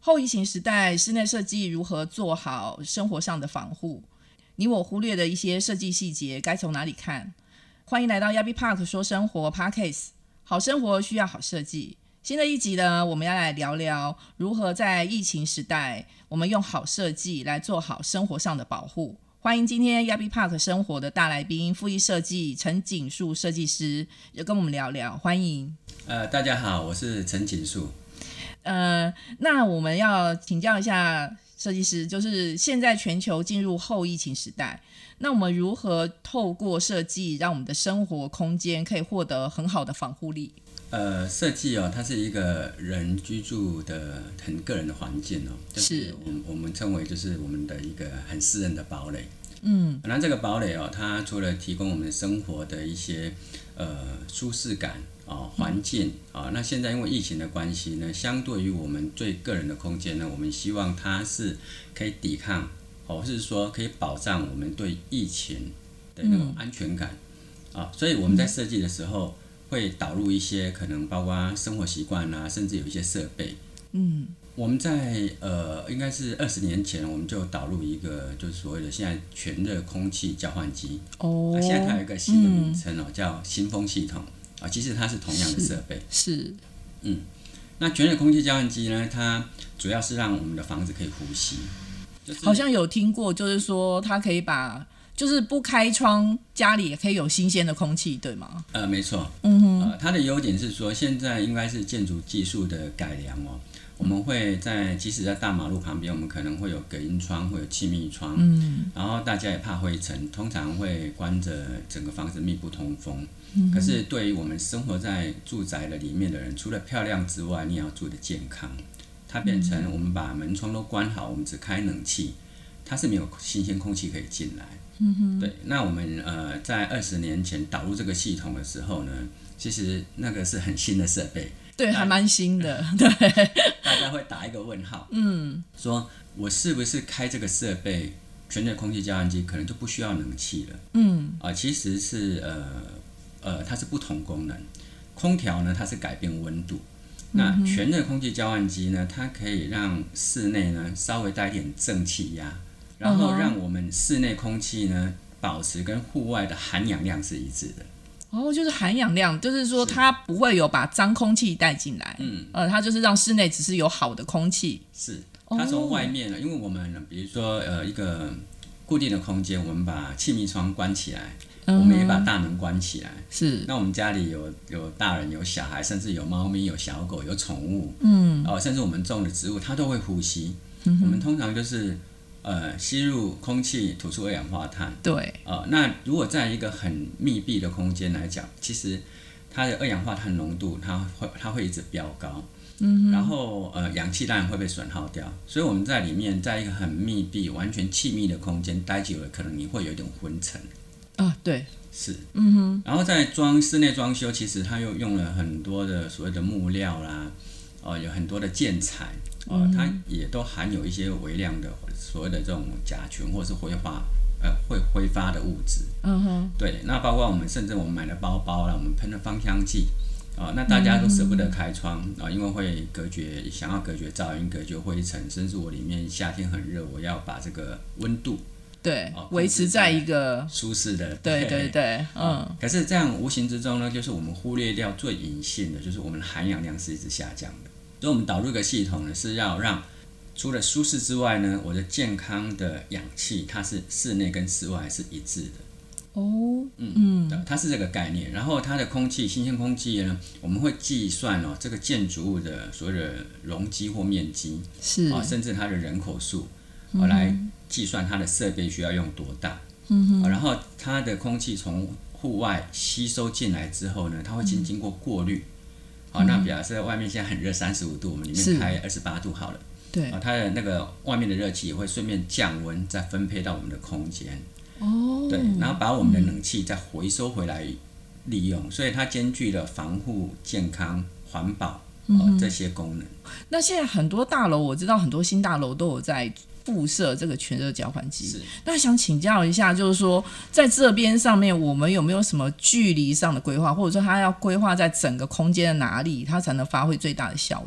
后疫情时代，室内设计如何做好生活上的防护？你我忽略的一些设计细节，该从哪里看？欢迎来到 Yabi Park 说生活 Podcast， 好生活需要好设计。新的一集呢，我们要来聊聊如何在疫情时代，我们用好设计来做好生活上的保护。欢迎今天 Yabi Park 生活的大来宾，复艺设计陈景树设计师，也跟我们聊聊。欢迎。 大家好，我是陈景树。 那我们要请教一下设计师，就是现在全球进入后疫情时代，那我们如何透过设计让我们的生活空间可以获得很好的防护力？ 设计它是一个人居住的很个人的环境就是我们称为就是我们的一个很私人的堡垒。那这个堡垒它除了提供我们生活的一些舒适感环境那现在因为疫情的关系呢，相对于我们最个人的空间呢，我们希望它是可以抵抗或是说可以保障我们对疫情的那种安全感所以我们在设计的时候会导入一些可能包括生活习惯甚至有一些设备。我们在应该是20年前，我们就导入一个就是所谓的现在全热空气交换机。现在它有一个新的名称叫新风系统其实它是同样的设备。 是。 那全热空气交换机呢，它主要是让我们的房子可以呼吸。 好像有听过，就是说它可以把就是不开窗，家里也可以有新鲜的空气，对吗？ 没错。它的优点是说，现在应该是建筑技术的改良我们会即使在大马路旁边，我们可能会有隔音窗，会有气密窗。然后大家也怕灰尘，通常会关着整个房子密不通风。可是对于我们生活在住宅的里面的人，除了漂亮之外，你也要住得健康。它变成我们把门窗都关好，我们只开冷气，它是没有新鲜空气可以进来。对，那我们在20年前导入这个系统的时候呢，其实那个是很新的设备。 对，还蛮新的。对， 大家会打一个问号，说我是不是开这个设备全热空气交换机可能就不需要冷气了？其实是它是不同功能。空调呢，它是改变温度。那全热空气交换机呢，它可以让室内呢稍微带一点正气压，然后让我们室内空气呢保持跟户外的含氧量是一致的。 就是含氧量，就是说它不会有把脏空气带进来。它就是让室内只是有好的空气。 是，它从外面因为我们比如说一个固定的空间，我们把气密窗关起来，我们也把大门关起来。 是。 那我们家里有大人有小孩，甚至有猫咪有小狗有宠物，甚至我们种的植物它都会呼吸。我们通常就是吸入空气，吐出二氧化碳。 对。 那如果在一个很密闭的空间来讲，其实它的二氧化碳浓度它会一直飙高。然后氧气当然会被损耗掉，所以我们在里面在一个很密闭、完全气密的空间待久了，可能你会有一点昏沉。 对。 是。然后在室内装修，其实它又用了很多的所谓的木料啦，有很多的建材。它也都含有一些微量的所谓的这种甲醛或是会挥发的物质。对，那包括我们甚至我们买的包包啦，我们喷的芳香剂那大家都舍不得开窗因为会想要隔绝噪音、隔绝灰尘，甚至我里面夏天很热，我要把这个温度维持在一个舒适的。 对。 可是这样无形之中呢，就是我们忽略掉最隐性的，就是我们的含氧量是一直下降的。所以我们导入一个系统呢，是要让除了舒适之外呢，我的健康的氧气它是室内跟室外是一致的。它是这个概念。然后它的空气，新鲜空气呢，我们会计算这个建筑物的所谓的容积或面积， 是甚至它的人口数来计算它的设备需要用多大。然后它的空气从户外吸收进来之后呢，它会经过过滤。那比如说外面现在很热，35度，我们里面开28度好了。 对。 它的那个外面的热气也会顺便降温，再分配到我们的空间。对，然后把我们的冷气再回收回来利用，所以它兼具了防护、健康、环保这些功能。 那现在很多大楼，我知道很多新大楼都有在附设这个全热交换机。那想请教一下，就是说在这边上面我们有没有什么距离上的规划，或者说它要规划在整个空间的哪里，它才能发挥最大的效益？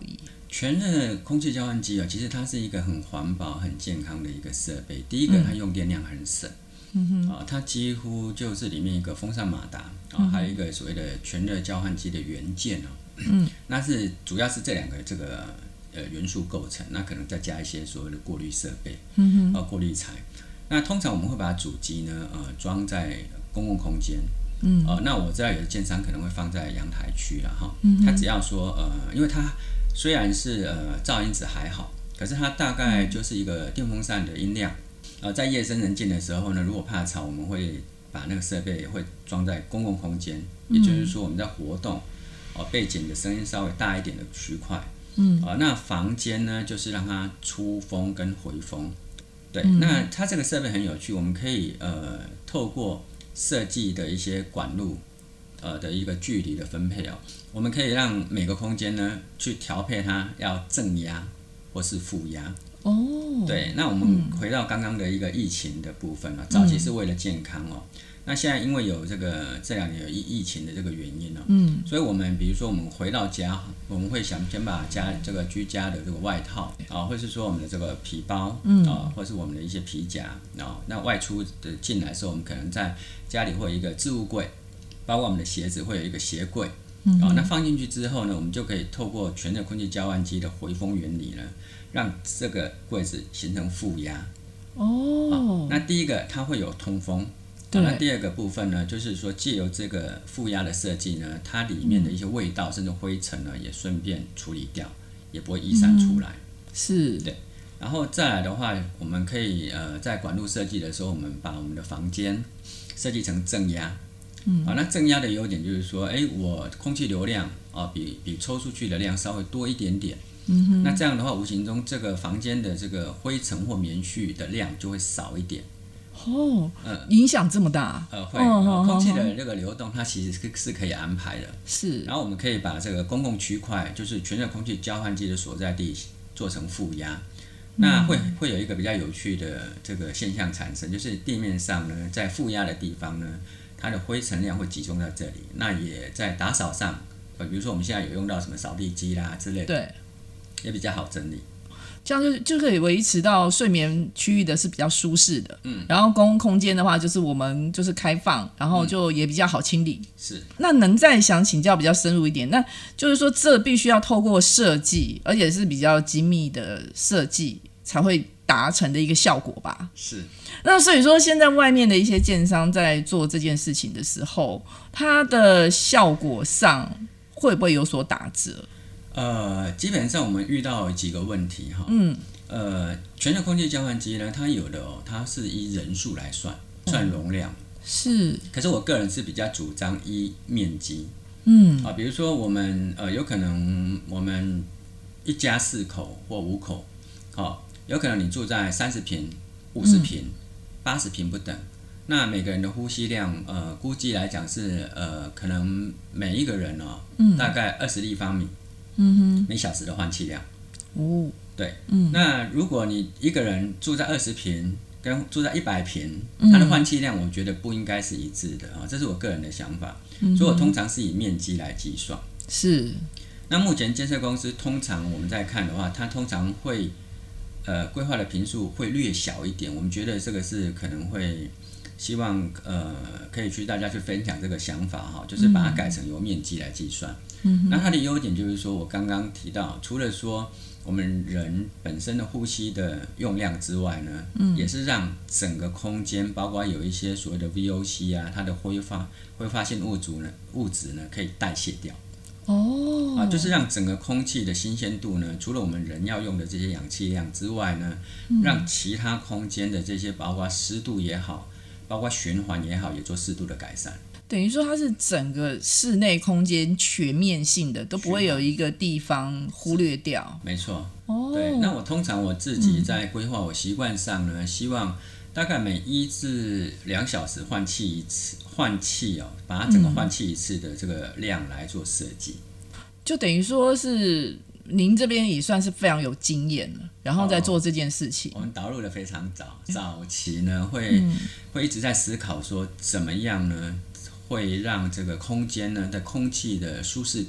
全热空气交换机其实它是一个很环保、很健康的一个设备。第一个，它用电量很省，它几乎就是里面一个风扇马达还有一个所谓的全热交换机的元件那是主要是这两个这个元素构成，那可能再加一些所谓的过滤设备，过滤材。那通常我们会把主机呢装在公共空间。那我知道有的建商可能会放在阳台区啦它只要说因为它虽然是噪音值还好，可是它大概就是一个电风扇的音量。在夜深人静的时候呢，如果怕吵，我们会把那个设备会装在公共空间，也就是说我们在活动背景的声音稍微大一点的区块。那房间呢，就是让它出风跟回风。对，那它这个设备很有趣，我们可以透过设计的一些管路的一个距离的分配我们可以让每个空间呢去调配它要正压或是负压。对，那我们回到刚刚的一个疫情的部分早期是为了健康那现在因为有这两年有疫情的这个原因所以我们比如说我们回到家，我们会想先把家这个居家的这个外套或是说我们的这个皮包或是我们的一些皮夹那外出的进来的时候，我们可能在家里会有一个置物柜，包括我们的鞋子会有一个鞋柜那放进去之后呢，我们就可以透过全热空气交换机的回风原理呢，让这个柜子形成负压。那第一个它会有通风。那第二个部分呢，就是说借由这个负压的设计呢，它里面的一些味道甚至灰尘呢，也顺便处理掉，也不会逸散出来。 是， 对。然后再来的话，我们可以在管路设计的时候，我们把我们的房间设计成正压。那正压的优点就是说，我空气流量比抽出去的量稍微多一点点。那这样的话，无形中这个房间的这个灰尘或棉絮的量就会少一点。 影响这么大？ 会，空气的这个流动，它其实是可以安排的。 是， 然后我们可以把这个公共区块，就是全热空气交换机的所在地，做成负压。那会有一个比较有趣的这个现象产生，就是地面上呢，在负压的地方呢，它的灰尘量会集中在这里。那也在打扫上，比如说我们现在有用到什么扫地机啦之类的， 对， 也比较好整理。 这样就可以维持到睡眠区域的是比较舒适的，然后公共空间的话，就是我们就是开放，然后就也比较好清理。 是， 那能再想请教比较深入一点，那就是说这必须要透过设计，而且是比较精密的设计才会达成的一个效果吧？ 是。 那所以说，现在外面的一些建商在做这件事情的时候，它的效果上会不会有所打折？ 基本上我们遇到几个问题全热空气交换机呢，它有的它是依人数来算容量， 是。 可是我个人是比较主张依面积，比如说我们有可能我们一家4口或5口，有可能你住在30坪、50坪、80坪不等，那每个人的呼吸量估计来讲是可能每一个人大概20立方米。每小时的换气量。对。那如果你一个人住在20坪，跟住在100坪，它的换气量我觉得不应该是一致的这是我个人的想法。所以我通常是以面积来计算。 是。 那目前建设公司通常我们在看的话，它通常会规划的坪数会略小一点。我们觉得这个是可能会希望可以大家去分享这个想法就是把它改成由面积来计算。那它的优点就是说，我刚刚提到，除了说我们人本身的呼吸的用量之外呢，也是让整个空间，包括有一些所谓的 VOC 它的挥发性物质呢，可以代谢掉。就是让整个空气的新鲜度呢，除了我们人要用的这些氧气量之外呢，让其他空间的这些，包括湿度也好，包括循环也好，也做适度的改善。 等于说它是整个室内空间全面性的，都不会有一个地方忽略掉。 没错。对。那我通常我自己在规划我习惯上呢，希望大概每1至2小时换气一次，把它整个换气一次的这个量来做设计。 就等于说是您这边也算是非常有经验了，然后在做这件事情。 我们导入的非常早期呢，会一直在思考说怎么样呢，会让这个空间呢的空气的舒适度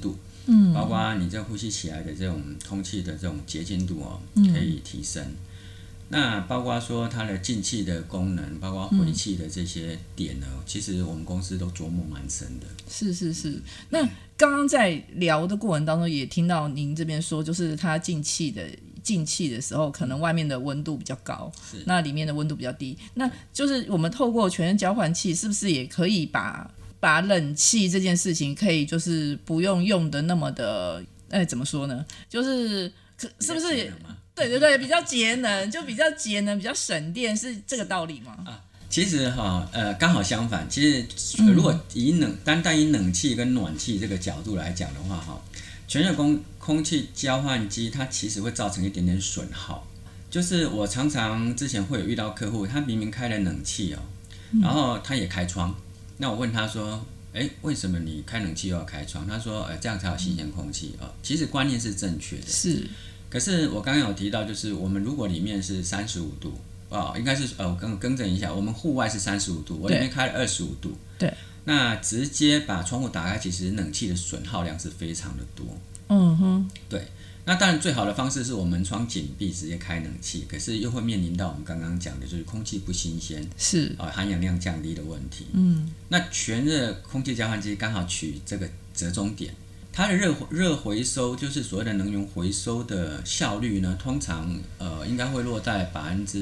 包括你这呼吸起来的这种空气的这种洁净度可以提升。那包括说它的进气的功能，包括回气的这些点呢，其实我们公司都琢磨蛮深的。 是。那刚刚在聊的过程当中，也听到您这边说，就是它进气的时候，可能外面的温度比较高，那里面的温度比较低。那就是我们透过全身交换器，是不是也可以把冷气这件事情，可以就是不用的那么的，怎么说呢？就是是不是？对，比较节能，就比较节能，比较省电，是这个道理吗？ 其实刚好相反。其实如果单以冷气跟暖气这个角度来讲的话，全热空气交换机它其实会造成一点点损耗。就是我常常之前会有遇到客户，他明明开了冷气然后他也开窗，那我问他说，为什么你开冷气又要开窗？他说，这样才有新鲜空气其实观念是正确的， 是。 可是我刚刚有提到，就是我们如果里面是35度应该是我更正一下，我们户外是35度，我里面开了25度， 对， 那直接把窗户打开，其实冷气的损耗量是非常的多。对。那当然最好的方式是我门窗紧闭，直接开冷气，可是又会面临到我们刚刚讲的，就是空气不新鲜， 是含氧量降低的问题。那全热空气交换机刚好取这个折中点。它的热回收，就是所谓的能源回收的效率呢，通常应该会落在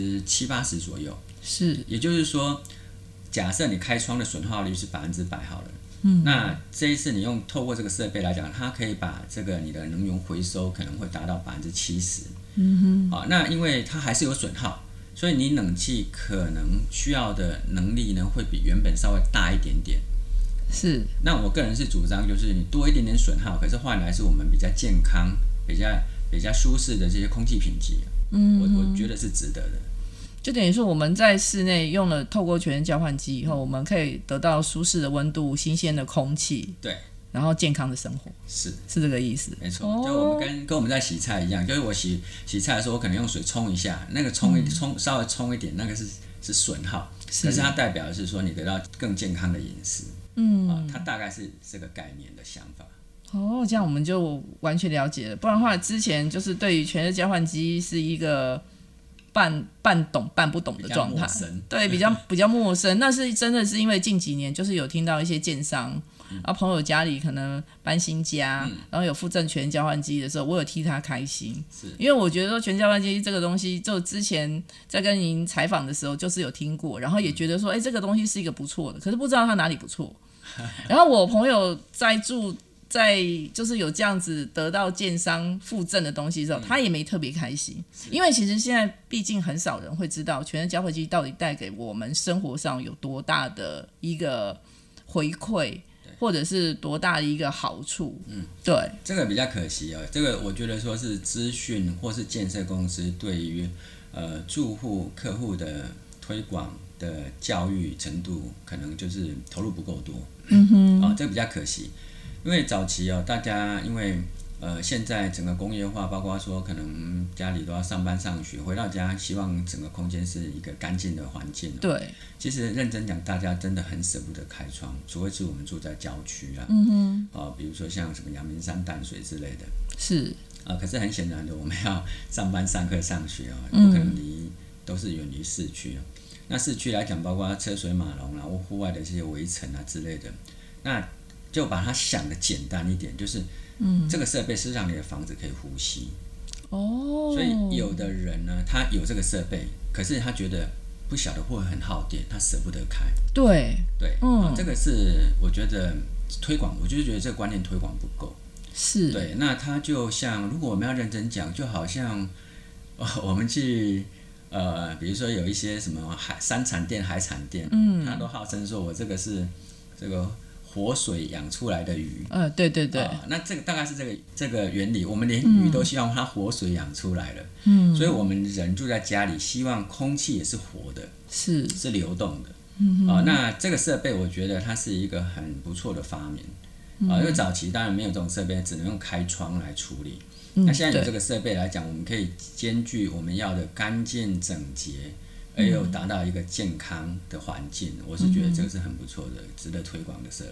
70-80%左右。 是， 也就是说，假设你开窗的损耗率是100%好了，那这一次你透过这个设备来讲，它可以把这个你的能源回收可能会达到70%。那因为它还是有损耗，所以你冷气可能需要的能力呢，会比原本稍微大一点点。 是， 那我个人是主张，就是你多一点点损耗，可是换来是我们比较健康、比较舒适的这些空气品质。我觉得是值得的。 就等于说我们在室内用了透过全身交换机以后，我们可以得到舒适的温度、新鲜的空气， 对， 然后健康的生活，是这个意思。 没错，就我们跟我们在洗菜一样，就是我洗菜的时候，我可能用水冲一下，那个稍微冲一点，那个是损耗，可是它代表的是说你得到更健康的饮食。它大概是这个概念的想法。 这样我们就完全了解了。不然的话，之前就是对于全热交换机是一个半懂半不懂的状态，对，比较陌生。那是真的是因为近几年就是有听到一些建商，朋友家里可能搬新家，然后有附赠全交换机的时候，我有替他开心，因为我觉得说全交换机这个东西，就之前在跟您采访的时候就是有听过，然后也觉得说，这个东西是一个不错的，可是不知道它哪里不错。然后我朋友在就是有这样子得到建商附赠的东西之后，他也没特别开心，因为其实现在毕竟很少人会知道全热交换机到底带给我们生活上有多大的一个回馈，或者是多大的一个好处。对， 这个比较可惜这个我觉得说是资讯或是建设公司对于住户客户的推广的教育程度，可能就是投入不够多。这个比较可惜。因为早期大家因为现在整个工业化，包括说可能家里都要上班上学，回到家希望整个空间是一个干净的环境。 对， 其实认真讲，大家真的很舍不得开窗，除非是我们住在郊区比如说像什么阳明山淡水之类的。 是可是很显然的，我们要上班上课上学不可能都是远离市区那市区来讲，包括车水马龙或户外的这些围城之类的，那就把它想的简单一点，就是这个设备是让你的房子可以呼吸。所以有的人呢，他有这个设备，可是他觉得不晓得会很耗电，他舍不得开。 对， 这个是我觉得推广，我就觉得这个观念推广不够。 是， 对，那它就像如果我们要认真讲，就好像我们去比如说有一些什么山产店、海产店，他都号称说我这个是这个活水养出来的鱼。 对， 那这个大概是这个原理，我们连鱼都希望它活水养出来了。所以我们人住在家里，希望空气也是活的，是流动的。那这个设备我觉得它是一个很不错的发明。因为早期当然没有这种设备，只能用开窗来处理。那现在有这个设备来讲，我们可以兼具我们要的干净整洁，而又达到一个健康的环境。我是觉得这个是很不错的、值得推广的设备。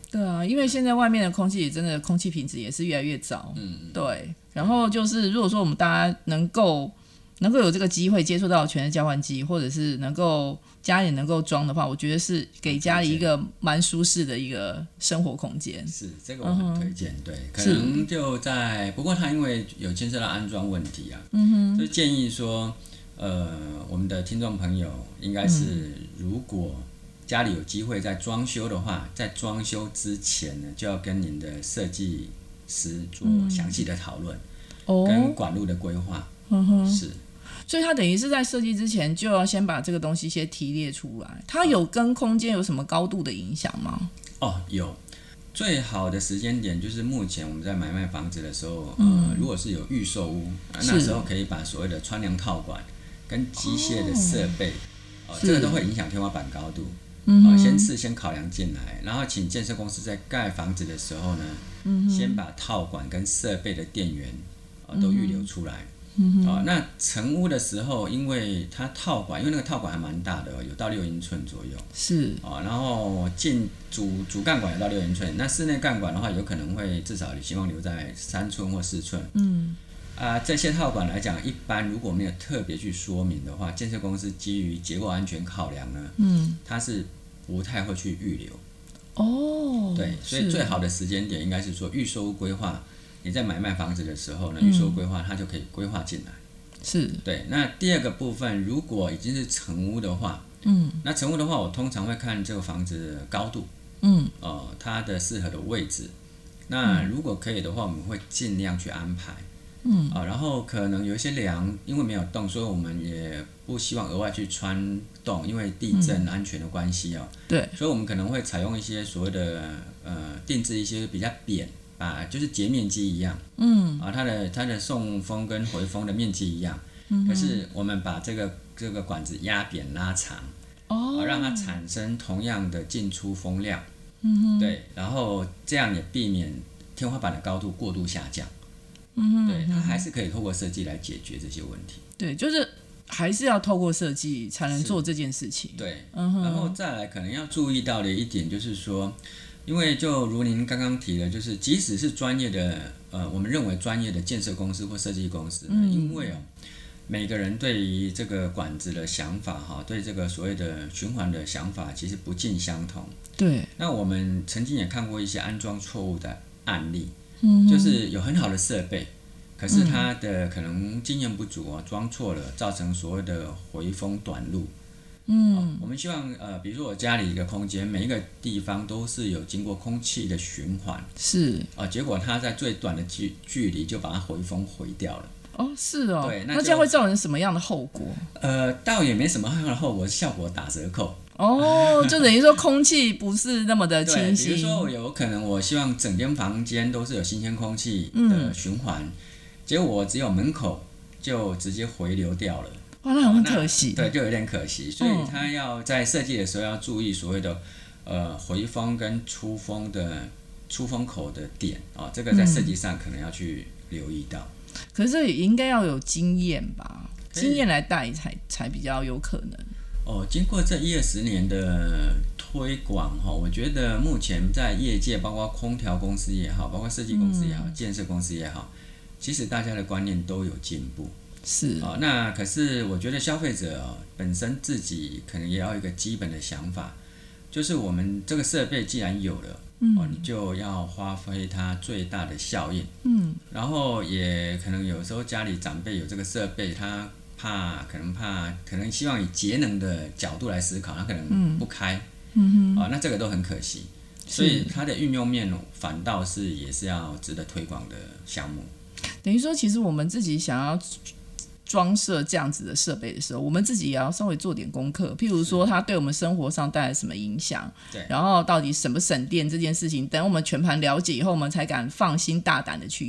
对啊，因为现在外面的空气真的空气品质也是越来越糟。对。然后就是如果说我们大家能够有这个机会接触到全热交换机，或者是能够家里能够装的话，我觉得是给家里一个蛮舒适的一个生活空间。 是，这个我很推荐。对，可能就在，不过它因为有牵涉到安装问题啊，就建议说，我们的听众朋友应该是，如果家里有机会在装修的话，在装修之前呢，就要跟您的设计师做详细的讨论，跟管路的规划。是。 所以它等于是在设计之前就要先把这个东西先提列出来。它有跟空间有什么高度的影响吗？ 有。最好的时间点就是目前我们在买卖房子的时候，如果是有预售屋，那时候可以把所谓的穿梁套管跟机械的设备，这个都会影响天花板高度。先事先考量进来，然后请建设公司在盖房子的时候呢，先把套管跟设备的电源都预留出来。那成屋的时候，因为它套管，因为那个套管还蛮大的，有到6英寸左右。 是。 然后进主干管有到6英寸，那室内干管的话，有可能会至少希望留在3寸或4寸。这些套管来讲，一般如果没有特别去说明的话，建设公司基于结构安全考量呢，它是不太会去预留。对，所以最好的时间点应该是说预售屋规划。你在买卖房子的时候呢，预售规划它就可以规划进来。 是。 对。那第二个部分，如果已经是成屋的话，那成屋的话，我通常会看这个房子的高度，它的适合的位置。那如果可以的话，我们会尽量去安排。然后可能有一些梁，因为没有洞，所以我们也不希望额外去穿洞，因为地震安全的关系对。 所以我们可能会采用一些所谓的定制一些比较扁。就是截面积一样，它的送风跟回风的面积一样，可是我们把这个管子压扁拉长，让它产生同样的进出风量，对，然后这样也避免天花板的高度过度下降，对，它还是可以透过设计来解决这些问题。 对，就是还是要透过设计才能做这件事情。 对，然后再来可能要注意到的一点就是说。因为就如您刚刚提的，就是即使是专业的，我们认为专业的建设公司或设计公司，因为每个人对于这个管子的想法对这个所谓的循环的想法，其实不尽相同。 对。 那我们曾经也看过一些安装错误的案例，就是有很好的设备，可是它的可能经验不足装错了，造成所谓的回风短路。我们希望比如说我家里一个空间，每一个地方都是有经过空气的循环， 是结果它在最短的距离就把它回风回掉了。 是哦。 对， 那这样会造成什么样的后果？ 倒也没什么样的后果，效果打折扣。 就等于说空气不是那么的清新。 比如说有可能我希望整间房间都是有新鲜空气的循环，结果我只有门口就直接回流掉了。 那很可惜。 对，就有点可惜，所以他要在设计的时候要注意所谓的回风跟出风口的点这个在设计上可能要去留意到。 可是也应该要有经验吧，经验来带才比较有可能。 经过这10-20年的推广我觉得目前在业界，包括空调公司也好，包括设计公司也好，建设公司也好，其实大家的观念都有进步。 是。 那可是我觉得消费者本身自己可能也要有一个基本的想法，就是我们这个设备既然有了，你就要发挥它最大的效应。然后也可能有时候家里长辈有这个设备，他可能希望以节能的角度来思考，他可能不开，那这个都很可惜。所以它的运用面反倒是也是要值得推广的项目。 等于说，其实我们自己想要装设这样子的设备的时候，我们自己也要稍微做点功课，譬如说它对我们生活上带来什么影响，然后到底省不省电这件事情，等我们全盘了解以后，我们才敢放心大胆的去用。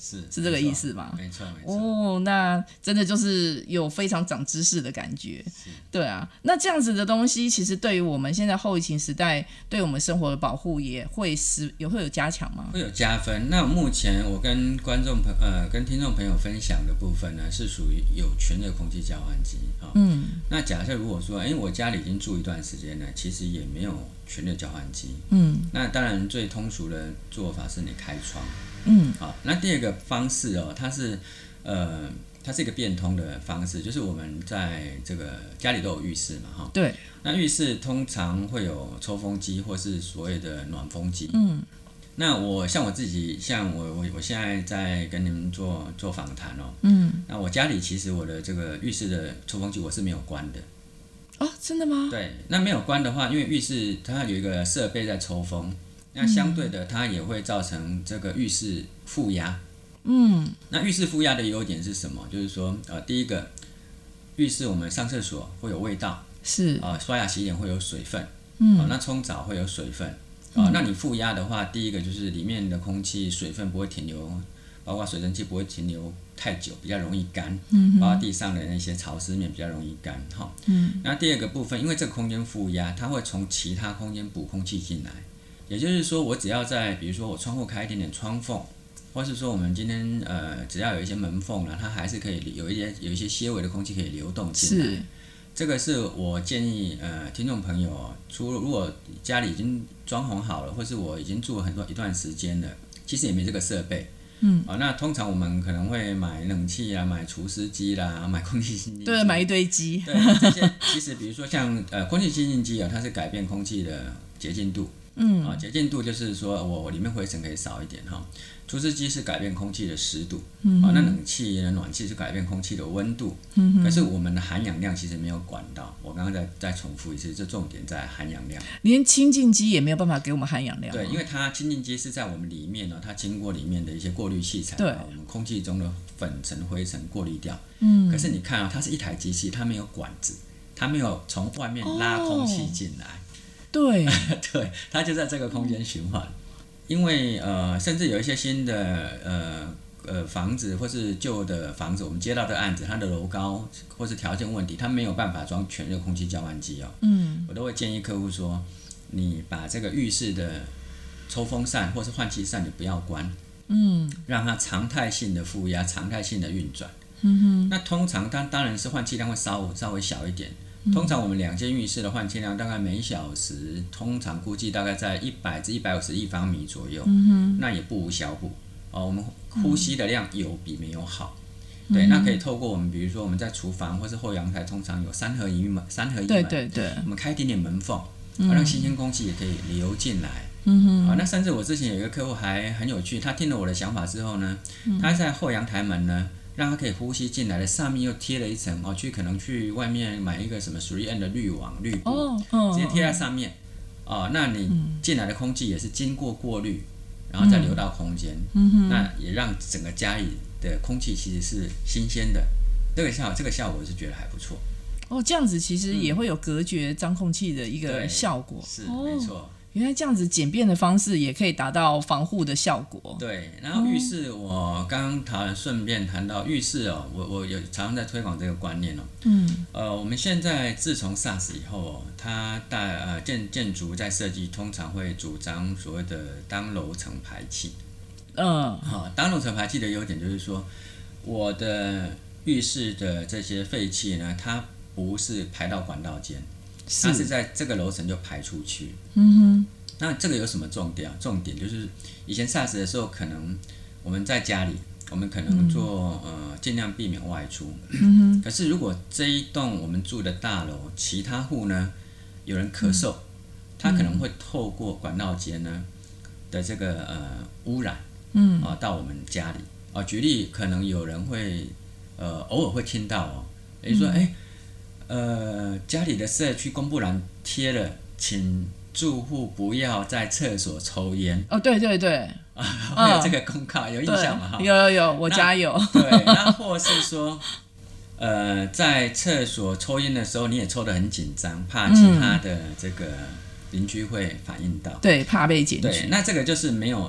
是这个意思吗？ 没错。哦， 那真的就是有非常长知识的感觉。对啊，那这样子的东西，其实对于我们现在后疫情时代，对我们生活的保护也会有加强吗？ 会有加分。那目前我跟跟听众朋友分享的部分呢，是属于有全热空气交换机。那假设如果说，我家里已经住一段时间了，其实也没有全热交换机。那当然最通俗的做法是你开窗。好，那第二个方式它是一个变通的方式，就是我们在这个家里都有浴室嘛， 对。 那浴室通常会有抽风机或是所谓的暖风机。那像我自己，像我现在在跟你们做访谈那我家里其实我的这个浴室的抽风机我是没有关的。 哦，真的吗？ 对，那没有关的话，因为浴室它有一个设备在抽风，那相对的它也会造成这个浴室负压。那浴室负压的优点是什么？就是说，第一个，浴室我们上厕所会有味道， 是刷牙洗脸会有水分，那冲澡会有水分，那你负压的话，第一个就是里面的空气水分不会停留，包括水蒸气不会停留太久，比较容易干，包括地上的那些潮湿面比较容易干。那第二个部分，因为这个空间负压，它会从其他空间补空气进来，也就是说，我只要比如说我窗户开一点点窗缝。或是说我们今天只要有一些门缝它还是可以有一些些微的空气可以流动进来。这个是我建议听众朋友如果家里已经装潢好了，或是我已经住了一段时间了，其实也没这个设备。那通常我们可能会买冷气啦，买除湿机啦，买空气清净机。 对，买一堆机。 对，这些其实比如说像空气清净机它是改变空气的洁净度。洁净度就是说我里面灰尘可以少一点除湿机是改变空气的湿度，那冷气暖气是改变空气的温度，可是我们的含氧量其实没有管到。我刚刚再重复一次，这重点在含氧量。 连清净机也没有办法给我们含氧量。 对，因为它清净机是在我们里面它经过里面的一些过滤器材，把我们空气中的粉尘灰尘过滤掉。可是你看它是一台机器，它没有管子，它没有从外面拉空气进来。 对对，它就在这个空间循环。因为甚至有一些新的房子或是旧的房子，我们接到的案子，它的楼高或是条件问题，它没有办法装全热空气交换机我都会建议客户说，你把这个浴室的抽风扇或是换气扇你不要关，让它常态性的负压，常态性的运转。那通常当然是换气量会稍微小一点。通常我们2间浴室的换气量大概每小时，通常估计大概在100至150立方米左右。那也不无小补我们呼吸的量有比没有好。对，那可以透过我们比如说我们在厨房或是后阳台，通常有3合一门。 对， 我们开一点点门缝，让新鲜空气也可以流进来。那甚至我之前有一个客户还很有趣，他听了我的想法之后呢，他在后阳台门呢，让它可以呼吸进来的上面又贴了一层可能去外面买一个什么 3M 的滤网滤布，直接贴在上面那你进来的空气也是经过过滤，然后再流到空间，那也让整个家里的空气其实是新鲜的。这个效果我是觉得还不错。 这样子其实也会有隔绝脏空气的一个效果。 是没错。 原来这样子简便的方式也可以达到防护的效果。 对，然后浴室我刚刚顺便谈到浴室我有常常在推广这个观念我们现在自从 SARS 以后它建筑在设计通常会主张所谓的单楼层排气。单楼层排气的优点就是说，我的浴室的这些废气呢，它不是排到管道间，它是在这个楼层就排出去。那这个有什么重点？重点就是以前 SARS 的时候，可能我们在家里，我们可能尽量避免外出。可是如果这一栋我们住的大楼，其他户呢有人咳嗽，他可能会透过管道间呢的这个污染，到我们家里。举例，可能有人会偶尔会听到比如说家里的社区公布栏贴了，请住户不要在厕所抽烟。 对会有这个公告，有印象吗？ 有，我家有。 对，那或是说在厕所抽烟的时候，你也抽得很紧张，怕其他的这个邻居会反映到。 对，怕被检举。 对，那这个就是没有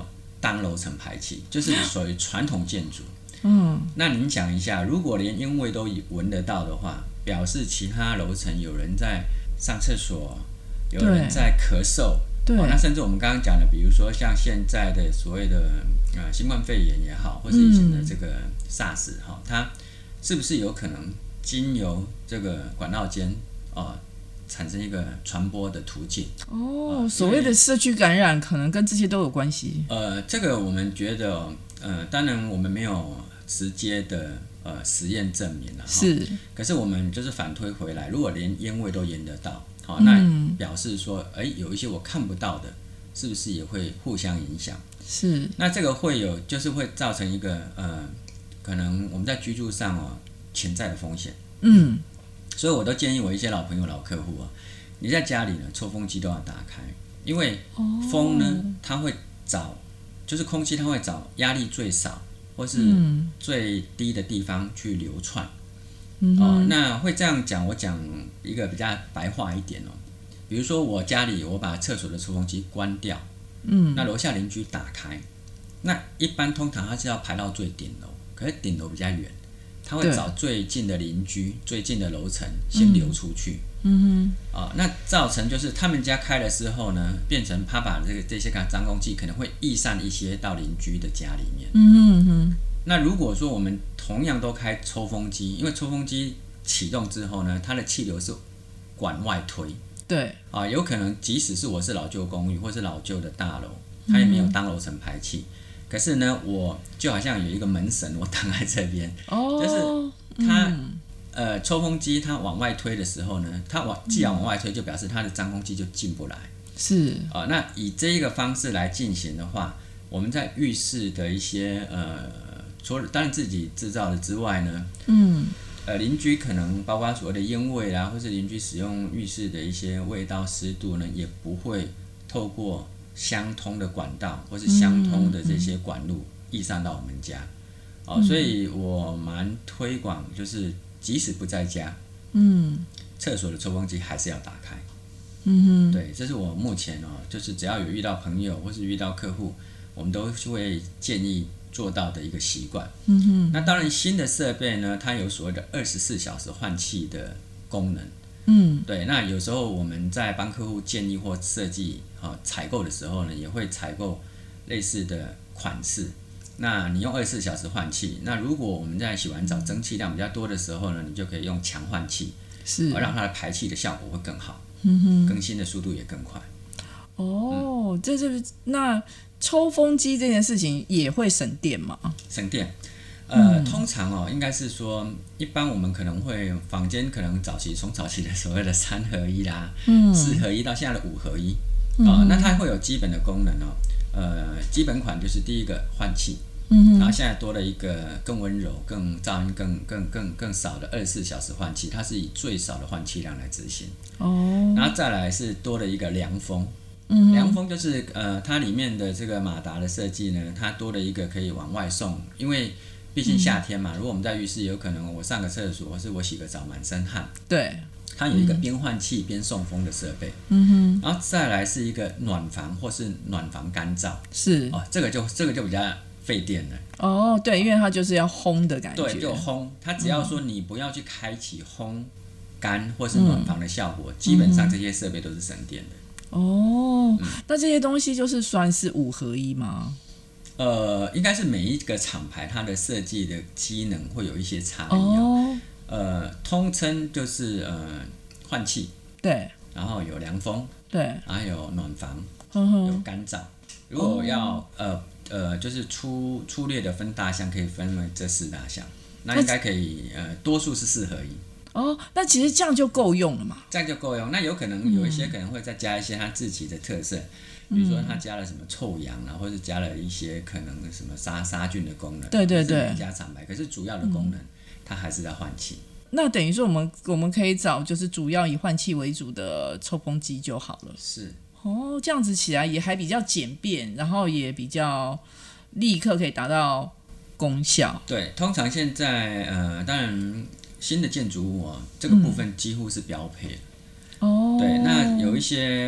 当楼层排气，就是属于传统建筑。那您想一下，如果连烟味都闻得到的话，表示其他楼层有人在上厕所，有人在咳嗽。 对， 那甚至我们刚刚讲的，比如说像现在的所谓的新冠肺炎也好，或是以前的这个 SARS 它是不是有可能经由这个管道间产生一个传播的途径？ 所谓的社区感染可能跟这些都有关系。 这个我们觉得当然我们没有直接的实验证明了， 是， 可是我们就是反推回来，如果连烟味都闻得到，那表示说，有一些我看不到的，是不是也会互相影响？ 是， 那这个就是会造成一个可能我们在居住上潜在的风险。所以我都建议我一些老朋友、老客户你在家里呢，抽风机都要打开，因为风呢，它会找，就是空气它会找压力最少或是最低的地方去流窜。那会这样讲，我讲一个比较白话一点比如说我家里我把厕所的抽风机关掉，那楼下邻居打开，那一般通常它是要排到最顶楼，可是顶楼比较远，他会找最近的邻居、最近的楼层先流出去。那造成就是他们家开了之后呢，变成他把这些脏空气可能会逸散一些到邻居的家里面。那如果说我们同样都开抽风机，因为抽风机启动之后呢，它的气流是往外推。 对有可能即使是我是老旧公寓或是老旧的大楼，它也没有当楼层排气。可是呢，我就好像有一个门神，我挡在这边，就是它抽风机它往外推的时候呢，既然往外推，就表示它的脏空气就进不来。 是那以这一个方式来进行的话，我们在浴室的一些除了当然自己制造的之外呢，邻居可能包括所谓的烟味啦，或是邻居使用浴室的一些味道、湿度呢，也不会透过相通的管道或是相通的这些管路逸散到我们家。所以我蛮推广，就是即使不在家，厕所的抽风机还是要打开。对，这是我目前就是只要有遇到朋友或是遇到客户，我们都会建议做到的一个习惯。那当然新的设备呢，它有所谓的24小时换气的功能。对，那有时候我们在帮客户建议或设计采购的时候呢，也会采购类似的款式。那你用24小时换气，那如果我们在洗完澡蒸汽量比较多的时候呢，你就可以用强换气，让它的排气的效果会更好，更新的速度也更快。 这就是那抽风机这件事情也会省电吗？ 省电。通常应该是说，一般我们可能会坊间可能从早期的所谓的3合1啦，4合1到现在的5合1。那它会有基本的功能基本款就是第一个换气，然后现在多了一个更温柔、更噪音更少的24小时换气，它是以最少的换气量来执行。然后再来是多了一个凉风。凉风就是它里面的这个马达的设计呢，它多了一个可以往外送，因为毕竟夏天嘛，如果我们在浴室，有可能我上个厕所或是我洗个澡满身汗， 对， 它有一个边换气边送风的设备。然后再来是一个暖房或是暖房干燥。 是这个就比较费电了。 对，因为它就是要烘的感觉。 对，就烘，它只要说你不要去开启烘干或是暖房的效果，基本上这些设备都是省电的。 那这些东西就是算是5合1吗？ 应该是每一个厂牌它的设计的机能会有一些差异。通称就是换气， 对， 然后有凉风， 对， 然后有暖房，有干燥。如果要就是粗略的分大项，可以分为这4大项，那应该可以多数是4合1。 那其实这样就够用了嘛？ 这样就够用。那有可能有一些可能会再加一些它自己的特色，比如说它加了什么臭氧啊，或者加了一些可能什么杀菌的功能。 对， 每家厂牌，可是主要的功能它还是在换气。 那等于说我们可以找就是主要以换气为主的抽风机就好了。 是。 这样子起来也还比较简便，然后也比较立刻可以达到功效。 对，通常现在当然新的建筑物这个部分几乎是标配。对，那有一些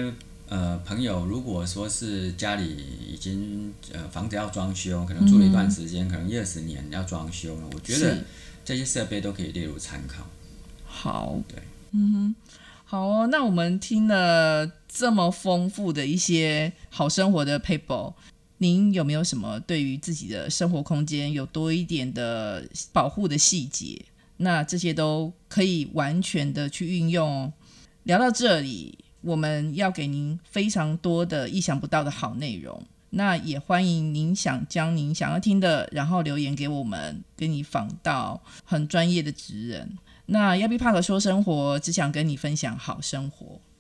朋友如果说是家里已经房子要装修，可能住了一段时间，可能20年要装修了，我觉得这些设备都可以列入参考。 好， 对， 好哦。那我们听了这么丰富的一些好生活的 paper， 您有没有什么对于自己的生活空间有多一点的保护的细节？那这些都可以完全的去运用哦。聊到这里，我们要给您非常多的意想不到的好内容，那也欢迎您将您想要听的，然后留言给我们，跟你访到很专业的职人。那 Yabi Park 说生活，只想跟你分享好生活。